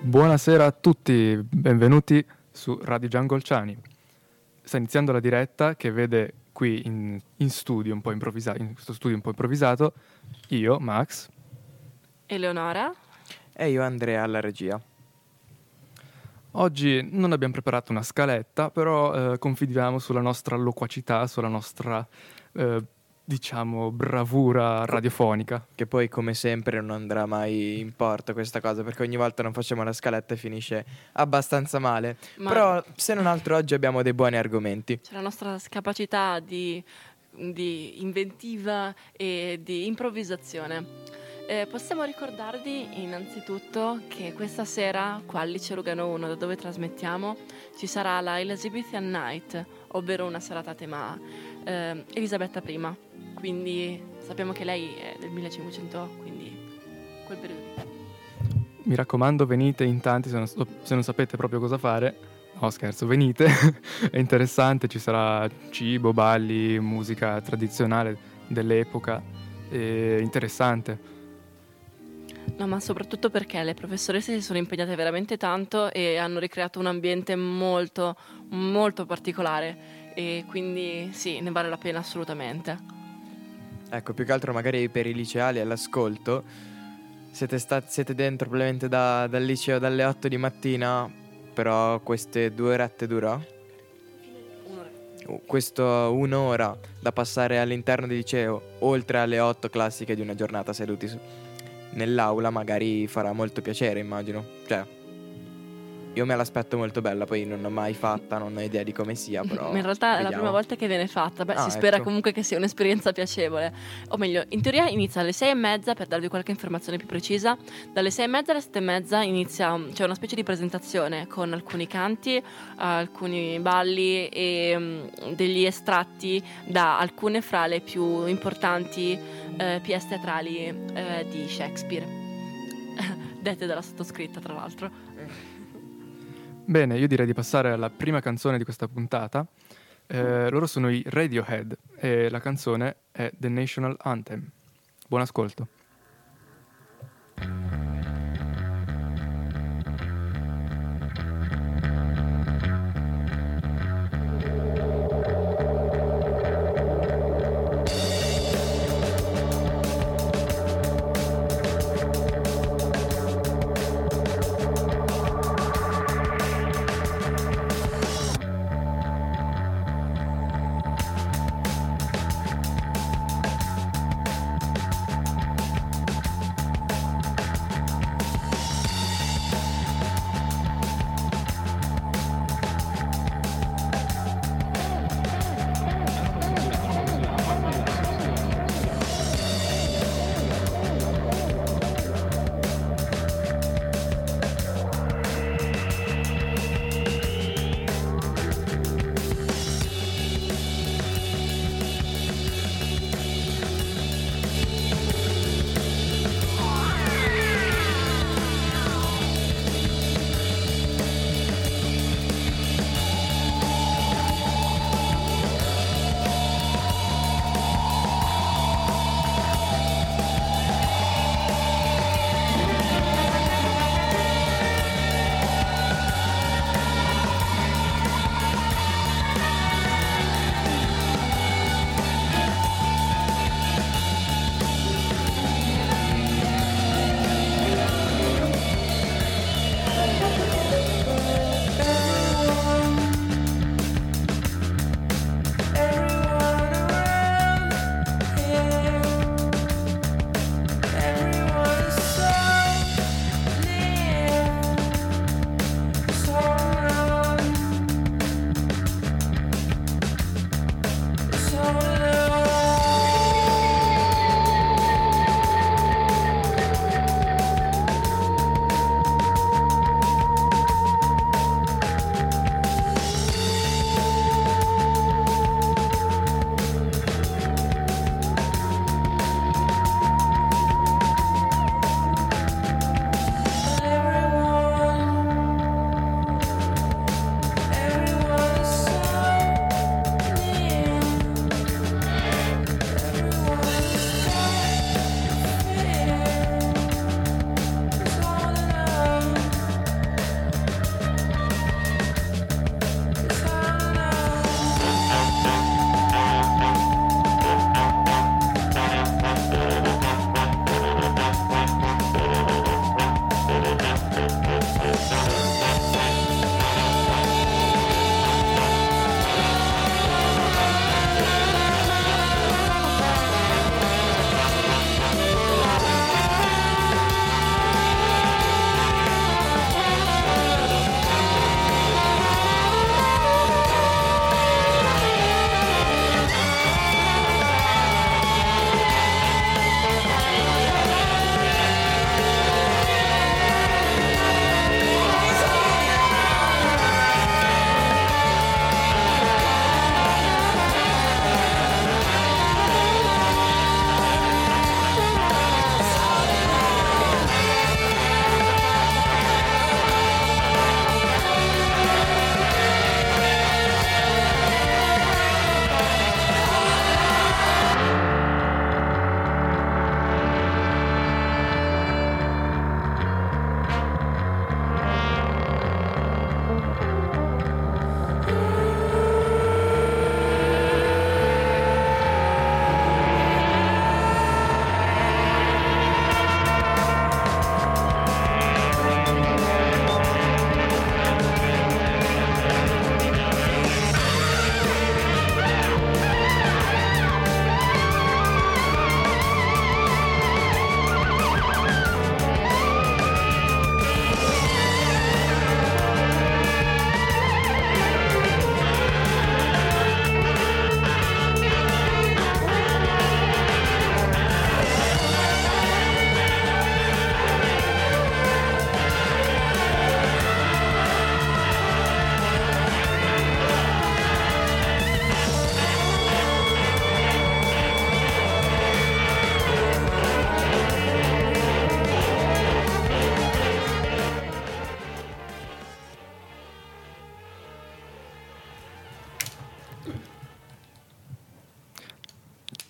Buonasera a tutti, benvenuti su Radio Giangolciani. Sta iniziando la diretta che vede qui in studio un po' improvvisato, in questo studio un po' improvvisato, io, Max, Eleonora e io, Andrea, alla regia. Oggi non abbiamo preparato una scaletta, però confidiamo sulla nostra loquacità, sulla nostra, diciamo, bravura radiofonica. Che poi, come sempre, non andrà mai in porto questa cosa, perché ogni volta non facciamo la scaletta e finisce abbastanza male. Però, se non altro, oggi abbiamo dei buoni argomenti. C'è la nostra capacità di inventiva e di improvvisazione. Possiamo ricordarvi innanzitutto che questa sera qua al Liceo Lugano 1, da dove trasmettiamo, ci sarà la Elizabethan Night, ovvero una serata a tema Elisabetta I. Quindi sappiamo che lei è del 1500, quindi quel periodo. Mi raccomando, venite in tanti, se non sapete proprio cosa fare. No, scherzo, venite, è interessante, ci sarà cibo, balli, musica tradizionale dell'epoca, è interessante. No, ma soprattutto perché le professoresse si sono impegnate veramente tanto e hanno ricreato un ambiente molto, molto particolare e quindi sì, ne vale la pena assolutamente. Ecco, più che altro magari per i liceali all'ascolto, siete dentro probabilmente dal liceo dalle 8 di mattina, però queste 2 orette dura? Questo un'ora da passare all'interno del liceo, oltre alle 8 classiche di una giornata seduti nell'aula, magari farà molto piacere, immagino. Cioè, io me l'aspetto molto bella, poi non l'ho mai fatta, non ho idea di come sia, però in realtà vediamo. È la prima volta che viene fatta. Si ecco. spera comunque che sia un'esperienza piacevole. O meglio, in teoria inizia alle 6:30, per darvi qualche informazione più precisa. Dalle 6:30 alle 7:30 c'è una specie di presentazione con alcuni canti, alcuni balli e degli estratti da alcune fra le più importanti pièce teatrali di Shakespeare, dette dalla sottoscritta, tra l'altro. Bene, io direi di passare alla prima canzone di questa puntata. Loro sono i Radiohead e la canzone è The National Anthem. Buon ascolto.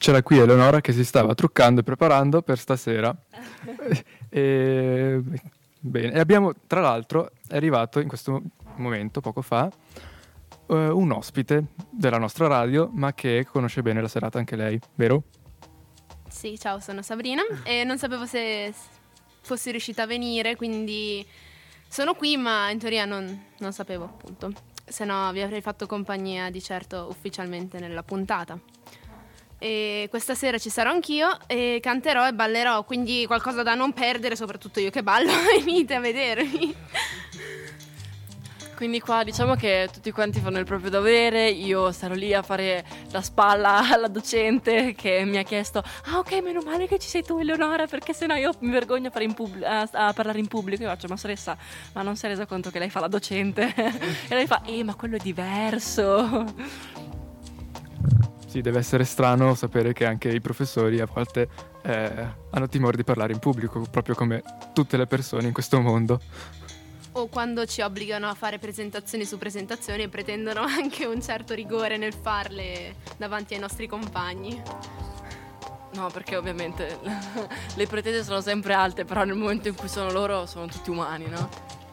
c'era qui Eleonora che si stava truccando e preparando per stasera. Bene, e abbiamo, tra l'altro, è arrivato in questo momento, poco fa, un ospite della nostra radio, ma che conosce bene la serata anche lei, vero? Sì, ciao, sono Sabrina e non sapevo se fossi riuscita a venire, quindi sono qui, ma in teoria non sapevo, appunto. Se no vi avrei fatto compagnia di certo ufficialmente nella puntata. E questa sera ci sarò anch'io e canterò e ballerò, quindi qualcosa da non perdere, soprattutto io che ballo, venite a vedermi. Quindi qua diciamo che tutti quanti fanno il proprio dovere, io sarò lì a fare la spalla alla docente che mi ha chiesto ok, meno male che ci sei tu Eleonora, perché sennò io mi vergogno a, a parlare in pubblico. Io faccio, ma soressa, ma non si è resa conto che lei fa la docente? E lei fa, ma quello è diverso. Sì, deve essere strano sapere che anche i professori a volte hanno timore di parlare in pubblico, proprio come tutte le persone in questo mondo. O quando ci obbligano a fare presentazioni su presentazioni e pretendono anche un certo rigore nel farle davanti ai nostri compagni. No, perché ovviamente le pretese sono sempre alte, però nel momento in cui sono loro sono tutti umani, no?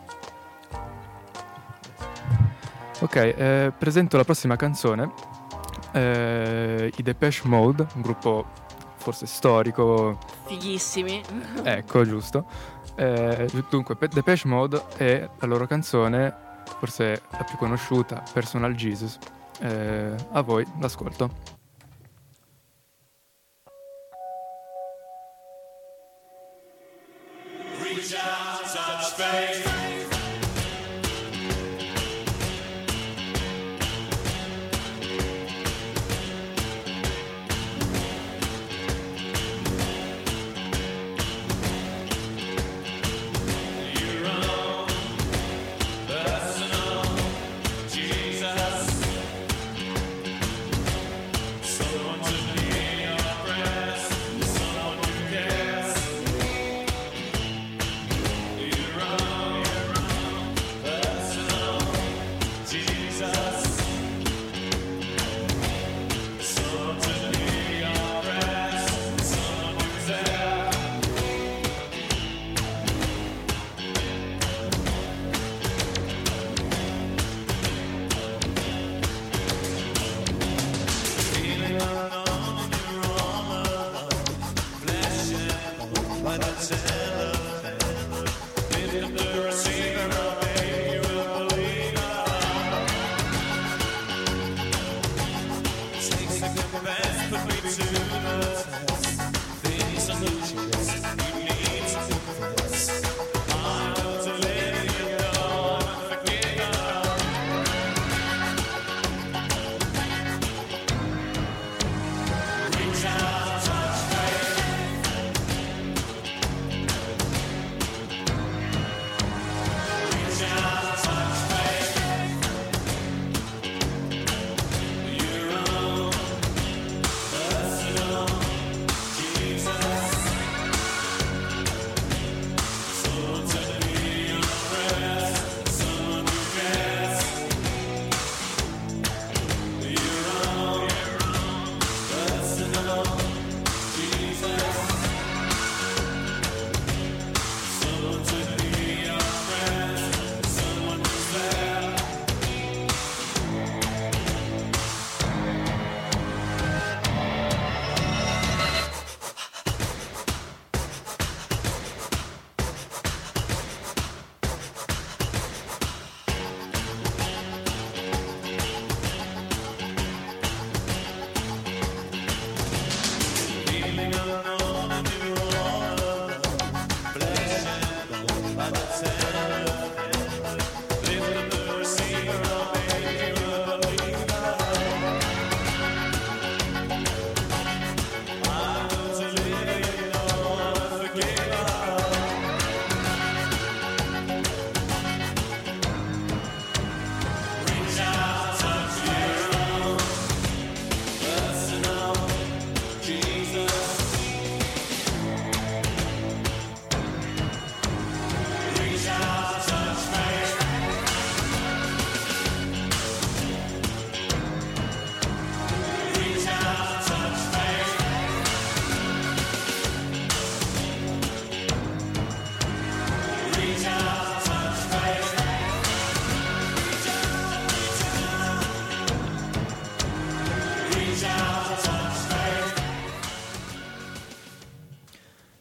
Ok, presento la prossima canzone. I Depeche Mode, un gruppo forse storico. Fighissimi. Ecco, giusto. Dunque, Depeche Mode è la loro canzone, forse la più conosciuta, Personal Jesus. A voi l'ascolto. Reach out, touch faith.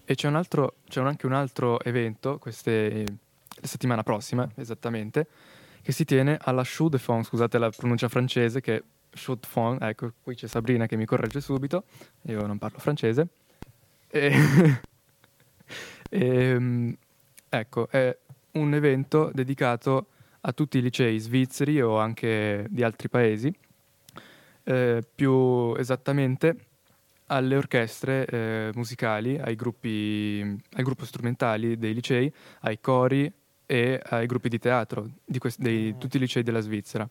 E c'è anche un altro evento, la settimana prossima, esattamente, che si tiene alla Chaux de Fonds, scusate la pronuncia francese, che Chaux de Fonds, ecco, qui c'è Sabrina che mi corregge subito, io non parlo francese. Ecco, è un evento dedicato a tutti i licei svizzeri o anche di altri paesi, più esattamente alle orchestre musicali, al gruppo strumentali dei licei, ai cori e ai gruppi di teatro di tutti i licei della Svizzera.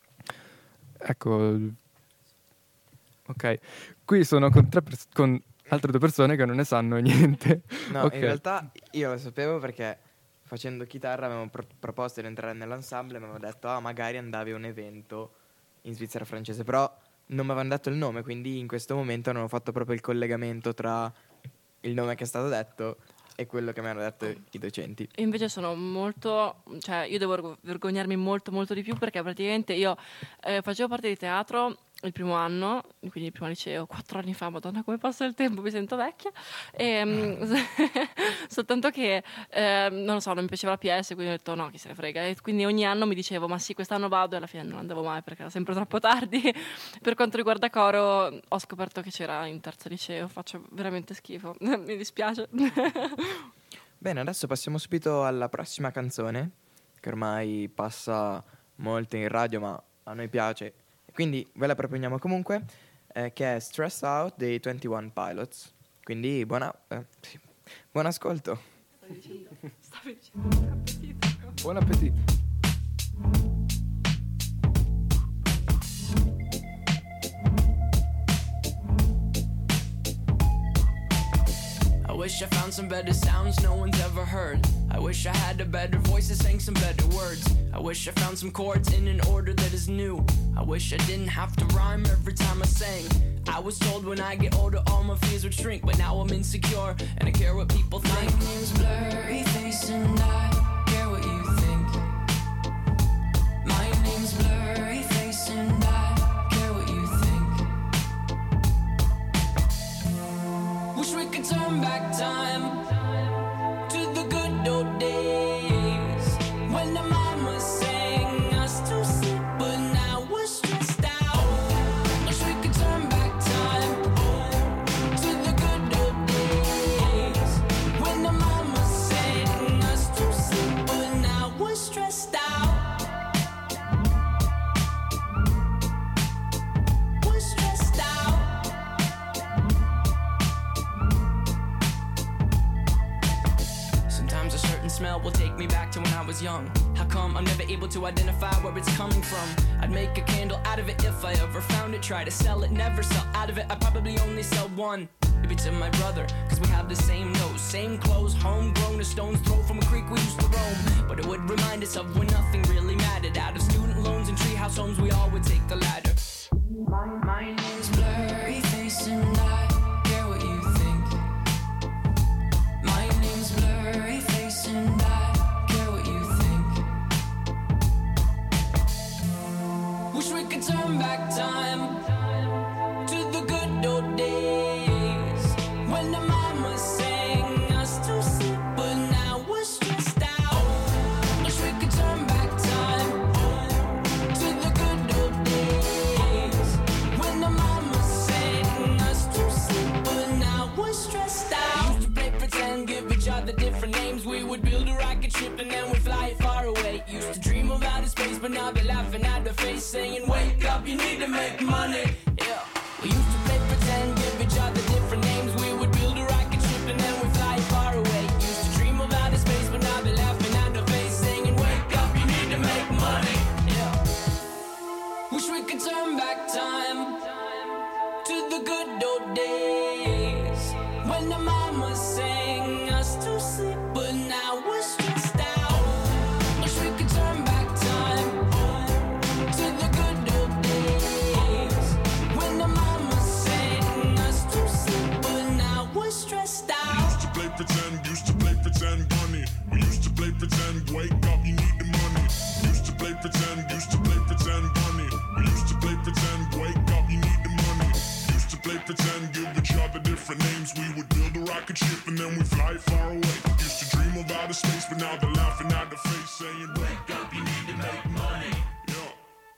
Ecco, ok. Qui sono con altre 2 persone che non ne sanno niente. No, Ok. in realtà io lo sapevo perché facendo chitarra avevamo proposto di entrare nell'ensemble e mi avevano detto magari andavi a un evento in Svizzera francese, però non mi avevano detto il nome, quindi in questo momento non ho fatto proprio il collegamento tra il nome che è stato detto e quello che mi hanno detto i docenti. Invece sono molto, cioè io devo vergognarmi molto molto di più, perché praticamente io facevo parte di teatro il primo anno, quindi il primo liceo, 4 anni fa, madonna come passa il tempo, mi sento vecchia, soltanto che non lo so, non mi piaceva la PS, quindi ho detto no, chi se ne frega, e quindi ogni anno mi dicevo ma sì, quest'anno vado, e alla fine non andavo mai perché era sempre troppo tardi. Per quanto riguarda coro ho scoperto che c'era in terzo liceo, faccio veramente schifo, mi dispiace. Bene, adesso passiamo subito alla prossima canzone, che ormai passa molto in radio, ma a noi piace. Quindi ve la proponiamo comunque, che è Stress Out dei 21 Pilots. Quindi buon ascolto. Stavi dicendo buon appetito. Buon appetito. I wish I found some better sounds no one's ever heard. I wish I had a better voice that sang some better words. I wish I found some chords in an order that is new. I wish I didn't have to rhyme every time I sang. I was told when I get older all my fears would shrink, but now I'm insecure and I care what people think. My name's Blurry Face and I care what you think. My name's Blurry Face and I care what you think. Wish we could turn back time to the good old days when the mama sang us to sleep, but now we're stressed out. Wish we could turn back time to the good old days when the mama sang us to sleep, but now we're stressed out. We're stressed out. Sometimes a certain smell will take me back to when I was young. How come I'm never able to identify where it's coming from? I'd make a candle out of it if I ever found it. Try to sell it, never sell out of it. I'd probably only sell one. Maybe to my brother, cause we have the same nose, same clothes, homegrown, a stone's throw from a creek we used to roam. But it would remind us of when nothing really mattered. Out of student loans and treehouse homes, we all would take the ladder. My name's Blurry Face and I care what you think. My name's Blurry Face and I care what you think. Wish we could turn back time to the good old days when the mama sang us to sleep, but now we're stressed out. Wish we could turn back time to the good old days when the mama sang us to sleep, but now we're stressed out. Used to play pretend, give each other different names. We would build a rocket ship and then we'd fly it far away. Used to dream of outer space, but now they're laughing at the face, saying, wake up, you need to make money. Yeah. We used to play pretend, give each other different names. We would build a rocket ship and then we'd fly it far away. Used to dream of outer space, but now they're laughing at the face, saying, wake up, you need to make money. Yeah. Wish we could turn back time to the good old days when the mama sang us to sleep, but now we're stressed out. Wish we could turn back time to the good old days when the mama sang us to sleep. rocket ship and then we fly far away. Used to dream of outer space, but now they're laughing at the face, saying, wake up, you need to make money. Yeah.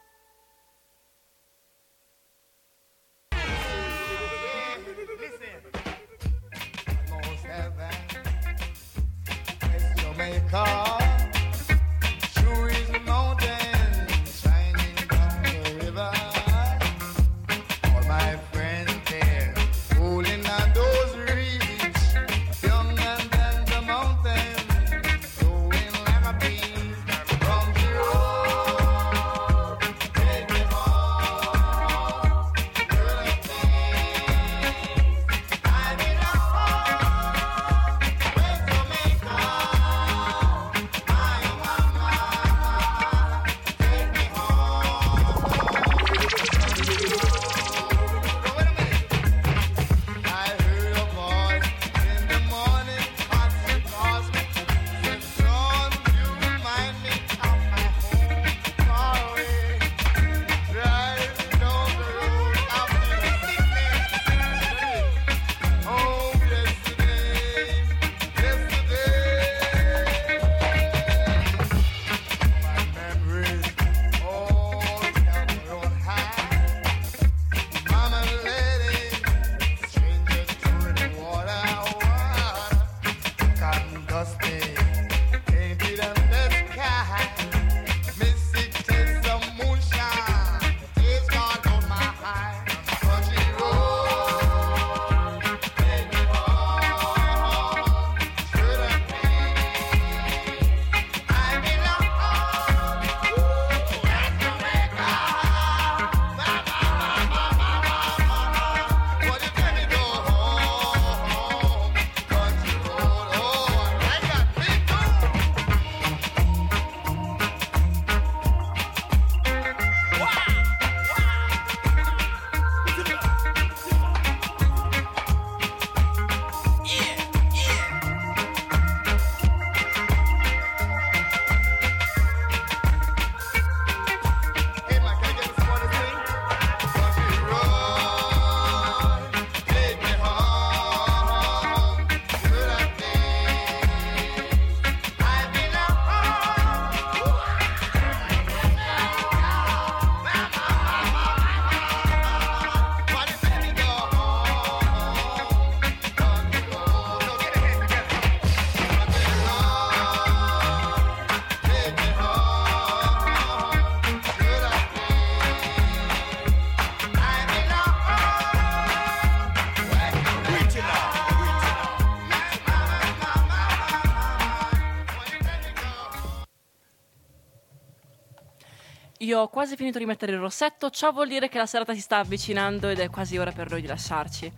Io ho quasi finito di mettere il rossetto, ciò vuol dire che la serata si sta avvicinando ed è quasi ora per noi di lasciarci.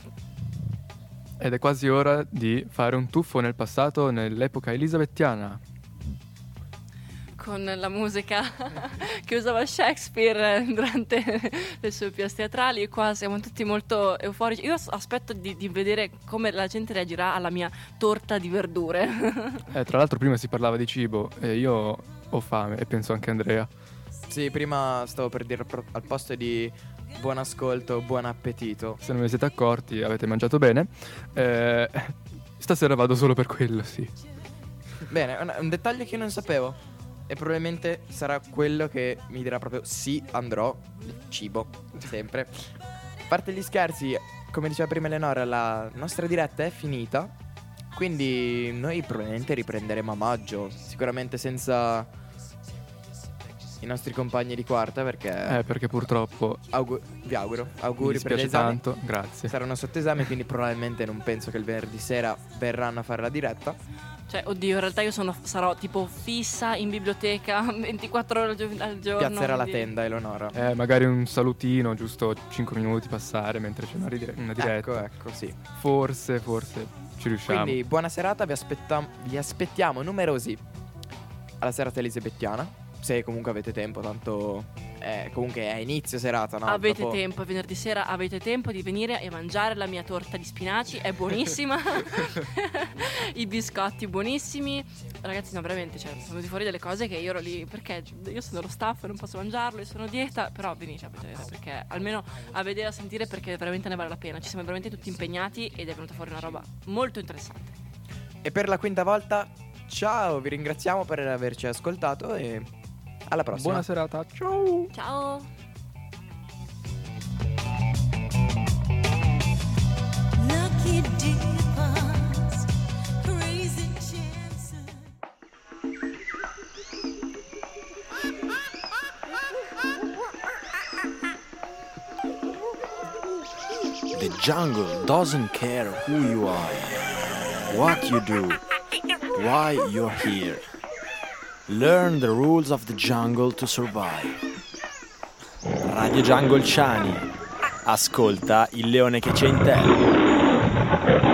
Ed è quasi ora di fare un tuffo nel passato, nell'epoca elisabettiana. Con la musica che usava Shakespeare durante le sue pièce teatrali. Qua siamo tutti molto euforici. Io aspetto di vedere come la gente reagirà alla mia torta di verdure. Tra l'altro prima si parlava di cibo e io ho fame e penso anche Andrea. Sì, prima stavo per dire al posto di buon ascolto, buon appetito. Se non ve ne siete accorti, avete mangiato bene. Stasera vado solo per quello, sì. Bene, un dettaglio che io non sapevo e probabilmente sarà quello che mi dirà proprio sì, andrò. Il cibo, sempre. A parte gli scherzi, come diceva prima Eleonora, la nostra diretta è finita. Quindi noi probabilmente riprenderemo a maggio. Sicuramente senza i nostri compagni di quarta, perché purtroppo vi auguro mi auguri per dispiace l'esame. tanto, grazie. Saranno sotto esame, quindi probabilmente non penso che il venerdì sera verranno a fare la diretta. Cioè, oddio, in realtà io sarò tipo fissa in biblioteca 24 ore al giorno. Piazzerà la quindi- tenda, Eleonora. Magari un salutino, giusto 5 minuti passare mentre c'è una diretta. Ecco, sì. Forse ci riusciamo. Quindi buona serata, vi aspettiamo numerosi alla serata elisabettiana. Se comunque avete tempo, tanto comunque è inizio serata, no? Avete Dopo- tempo, venerdì sera avete tempo di venire e mangiare la mia torta di spinaci, è buonissima. I biscotti buonissimi. Ragazzi, no, veramente, cioè, sono venuti fuori delle cose che io ero lì, perché io sono lo staff e non posso mangiarlo, io sono a dieta, però venite a vedere, perché almeno a vedere, a sentire, perché veramente ne vale la pena. Ci siamo veramente tutti impegnati ed è venuta fuori una roba molto interessante. E per la quinta volta, ciao, vi ringraziamo per averci ascoltato e alla prossima. Buona serata, ciao! Ciao! Lucky dippers, crazy chances. The jungle doesn't care who you are, what you do, why you're here. Learn the rules of the jungle to survive. Radio Jungle Ciani. Ascolta il leone che c'è in te.